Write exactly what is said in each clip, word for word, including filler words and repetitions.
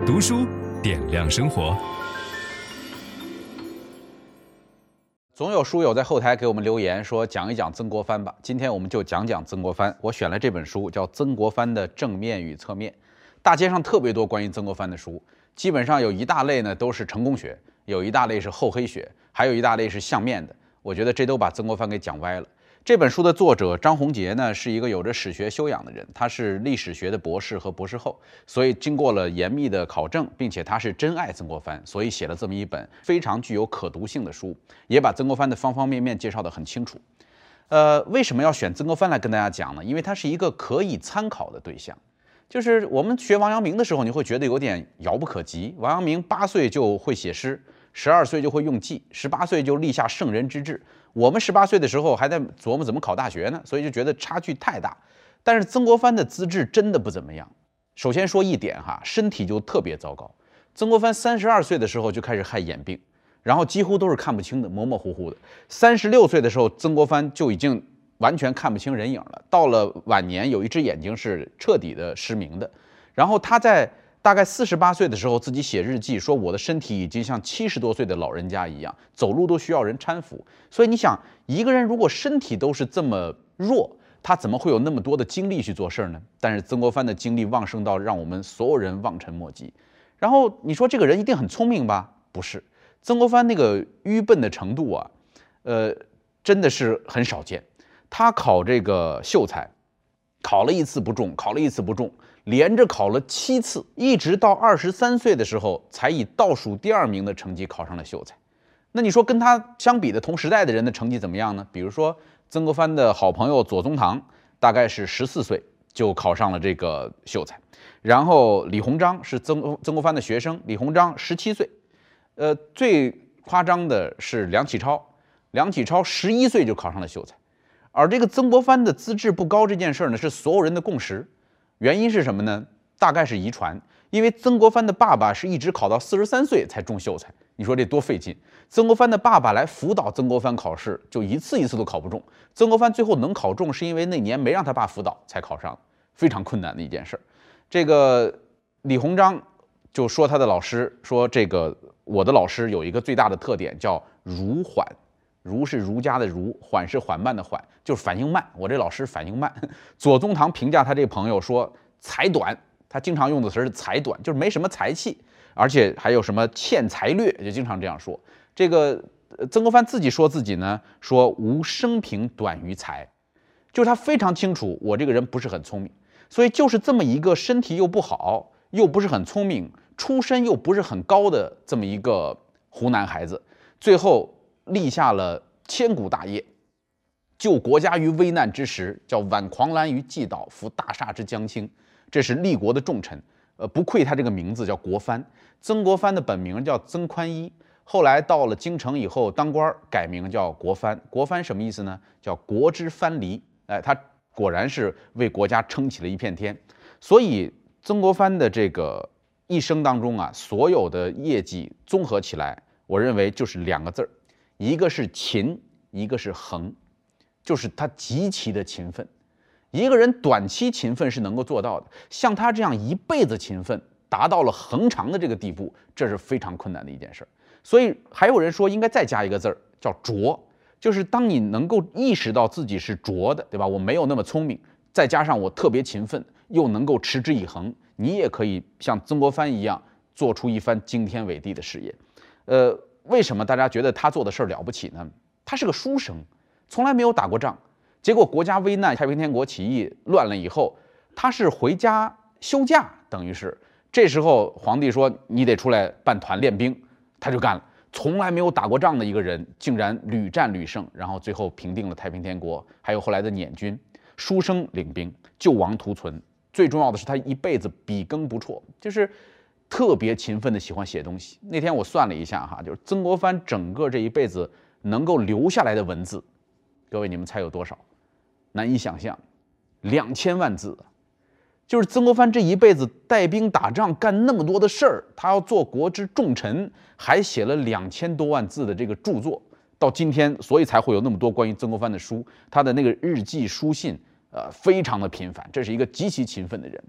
读书点亮生活。 总有书友在后台给我们留言说讲一讲曾国藩吧，今天我们就讲讲曾国藩。我选了这本书叫《曾国藩的正面与侧面》，大街上特别多关于曾国藩的书，基本上有一大类呢都是成功学，有一大类是厚黑学，还有一大类是相面的。我觉得这都把曾国藩给讲歪了。这本书的作者张宏杰呢，是一个有着史学修养的人，他是历史学的博士和博士后，所以经过了严密的考证，并且他是真爱曾国藩，所以写了这么一本非常具有可读性的书，也把曾国藩的方方面面介绍得很清楚。呃，为什么要选曾国藩来跟大家讲呢？因为他是一个可以参考的对象。就是我们学王阳明的时候，你会觉得有点遥不可及。王阳明八岁就会写诗，十二岁就会用计，十八岁就立下圣人之治。我们十八岁的时候还在琢磨怎么考大学呢，所以就觉得差距太大。但是曾国藩的资质真的不怎么样。首先说一点哈，身体就特别糟糕。曾国藩三十二岁的时候就开始害眼病，然后几乎都是看不清的，模模糊糊的。三十六岁的时候，曾国藩就已经完全看不清人影了。到了晚年，有一只眼睛是彻底的失明的。然后他在大概四十八岁的时候，自己写日记说：“我的身体已经像七十多岁的老人家一样，走路都需要人搀扶。”所以你想，一个人如果身体都是这么弱，他怎么会有那么多的精力去做事呢？但是曾国藩的精力旺盛到让我们所有人望尘莫及。然后你说这个人一定很聪明吧？不是，曾国藩那个愚笨的程度啊，呃，真的是很少见。他考这个秀才，考了一次不中，考了一次不中。连着考了七次，一直到二十三岁的时候，才以倒数第二名的成绩考上了秀才。那你说跟他相比的同时代的人的成绩怎么样呢？比如说曾国藩的好朋友左宗棠，大概是十四岁就考上了这个秀才。然后李鸿章是曾曾国藩的学生，李鸿章十七岁。呃，最夸张的是梁启超，梁启超十一岁就考上了秀才。而这个曾国藩的资质不高这件事呢，是所有人的共识。原因是什么呢？大概是遗传，因为曾国藩的爸爸是一直考到四十三岁才中秀才，你说这多费劲。曾国藩的爸爸来辅导曾国藩考试，就一次一次都考不中。曾国藩最后能考中，是因为那年没让他爸辅导才考上，非常困难的一件事。这个李鸿章就说他的老师说，这个我的老师有一个最大的特点叫儒缓。儒是儒家的儒，缓是缓慢的缓，就是反应慢。我这老师反应慢。左宗棠评价他这朋友说才短，他经常用的词是才短，就是没什么才气，而且还有什么欠才略，就经常这样说。这个曾国藩自己说自己呢，说吾生平短于才，就是他非常清楚我这个人不是很聪明，所以就是这么一个身体又不好，又不是很聪明，出身又不是很高的这么一个湖南孩子，最后立下了千古大业，救国家于危难之时，叫挽狂澜于既倒，扶大厦之将倾。这是立国的重臣，呃，不愧他这个名字叫国藩。曾国藩的本名叫曾宽一，后来到了京城以后当官，改名叫国藩。国藩什么意思呢？叫国之藩篱。哎，他果然是为国家撑起了一片天。所以曾国藩的这个一生当中啊，所有的业绩综合起来，我认为就是两个字儿。一个是勤，一个是恒，就是他极其的勤奋。一个人短期勤奋是能够做到的，像他这样一辈子勤奋，达到了恒长的这个地步，这是非常困难的一件事。所以还有人说应该再加一个字儿，叫拙，就是当你能够意识到自己是拙的，对吧？我没有那么聪明，再加上我特别勤奋，又能够持之以恒，你也可以像曾国藩一样做出一番惊天伟地的事业。呃。为什么大家觉得他做的事儿了不起呢？他是个书生，从来没有打过仗，结果国家危难，太平天国起义乱了以后，他是回家休假，等于是这时候皇帝说你得出来办团练兵，他就干了。从来没有打过仗的一个人，竟然屡战屡胜，然后最后平定了太平天国，还有后来的捻军。书生领兵，救亡图存，最重要的是他一辈子笔耕不辍，就是特别勤奋的喜欢写东西。那天我算了一下哈，就是曾国藩整个这一辈子能够留下来的文字，各位你们猜有多少？难以想象，两千万字。就是曾国藩这一辈子带兵打仗，干那么多的事儿，他要做国之重臣，还写了两千多万字的这个著作。到今天，所以才会有那么多关于曾国藩的书，他的那个日记书信，呃，非常的频繁。这是一个极其勤奋的人。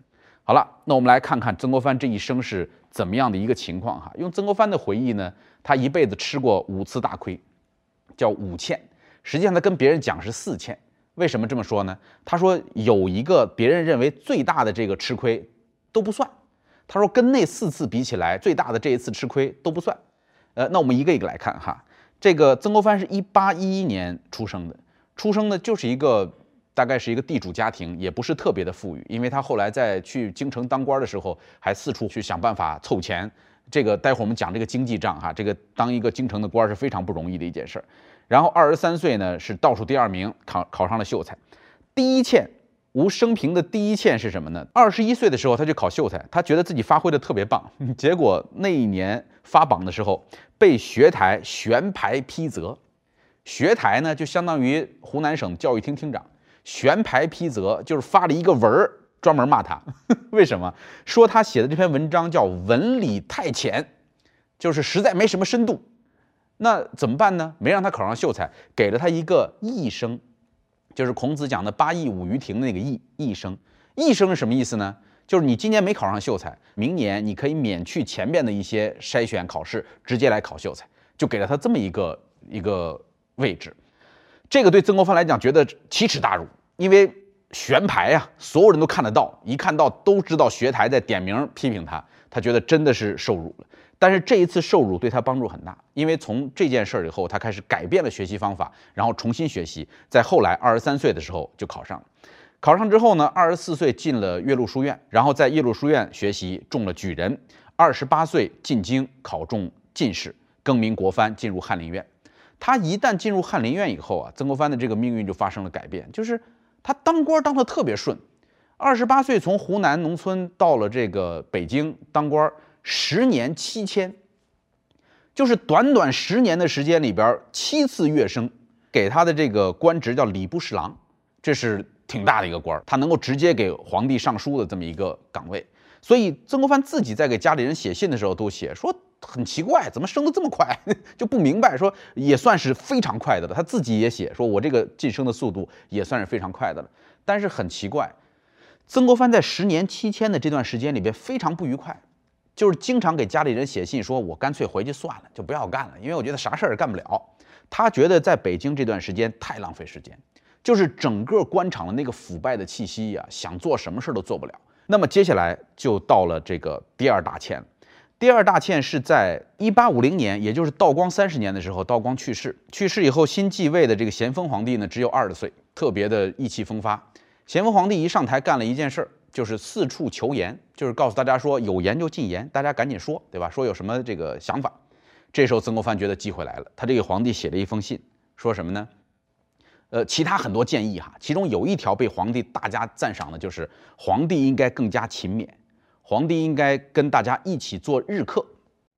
好了，那我们来看看曾国藩这一生是怎么样的一个情况哈。用曾国藩的回忆呢，他一辈子吃过五次大亏，叫五欠。实际上他跟别人讲是四欠。为什么这么说呢？他说有一个别人认为最大的这个吃亏都不算，他说跟那四次比起来，最大的这一次吃亏都不算。呃，那我们一个一个来看哈。这个曾国藩是一八一一年出生的，出生的就是一个。大概是一个地主家庭，也不是特别的富裕，因为他后来在去京城当官的时候，还四处去想办法凑钱。这个待会儿我们讲这个经济账哈，这个当一个京城的官是非常不容易的一件事儿。然后二十三岁呢是倒数第二名，考考上了秀才。第一欠，吴生平的第一欠是什么呢？二十一岁的时候他去考秀才，他觉得自己发挥的特别棒，结果那一年发榜的时候被学台悬牌批责。学台呢就相当于湖南省教育厅厅长。悬牌批责就是发了一个文儿，专门骂他。为什么？说他写的这篇文章叫文理太浅，就是实在没什么深度。那怎么办呢？没让他考上秀才，给了他一个义生，就是孔子讲的八佾舞于庭的那个义义生。义生是什么意思呢？就是你今年没考上秀才，明年你可以免去前边的一些筛选考试，直接来考秀才，就给了他这么一个一个位置。这个对曾国藩来讲觉得奇耻大辱，因为悬牌啊，所有人都看得到，一看到都知道学台在点名批评他，他觉得真的是受辱了。但是这一次受辱对他帮助很大，因为从这件事以后，他开始改变了学习方法，然后重新学习，在后来二十三岁的时候就考上了。考上之后呢，二十四岁进了岳麓书院，然后在岳麓书院学习，中了举人。二十八岁进京考中进士，更名国藩，进入翰林院。他一旦进入翰林院以后啊，曾国藩的这个命运就发生了改变，就是他当官当得特别顺。二十八岁从湖南农村到了这个北京当官，十年七迁，就是短短十年的时间里边七次跃升，给他的这个官职叫礼部侍郎，这是挺大的一个官，他能够直接给皇帝上书的这么一个岗位。所以曾国藩自己在给家里人写信的时候都写说。很奇怪，怎么升得这么快？就不明白，说也算是非常快的了。他自己也写，说我这个晋升的速度也算是非常快的了。但是很奇怪，曾国藩在十年期迁的这段时间里边非常不愉快，就是经常给家里人写信说，我干脆回去算了，就不要干了，因为我觉得啥事儿也干不了。他觉得在北京这段时间太浪费时间，就是整个官场的那个腐败的气息呀、啊，想做什么事都做不了。那么接下来就到了这个第二大欠。第二大欠是在一八五零年，也就是道光三十年的时候，道光去世。去世以后，新继位的这个咸丰皇帝呢，只有二十岁，特别的意气风发。咸丰皇帝一上台干了一件事儿，就是四处求言，就是告诉大家说有言就进言，大家赶紧说，对吧？说有什么这个想法。这时候曾国藩觉得机会来了，他这个皇帝写了一封信，说什么呢？呃，其他很多建议哈，其中有一条被皇帝大加赞赏的，就是皇帝应该更加勤勉。皇帝应该跟大家一起做日课。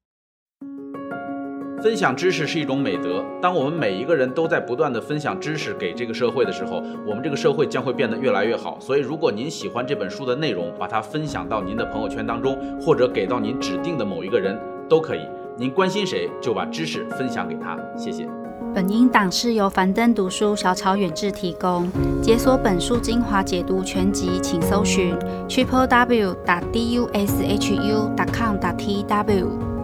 分享知识是一种美德，当我们每一个人都在不断的分享知识给这个社会的时候，我们这个社会将会变得越来越好。所以如果您喜欢这本书的内容，把它分享到您的朋友圈当中，或者给到您指定的某一个人都可以。您关心谁，就把知识分享给他。谢谢。 本音档是由樊登读书小草远志提供。解锁本书精华解读全集，请搜寻 triple w 点 d u s h u 点 com 点 t w。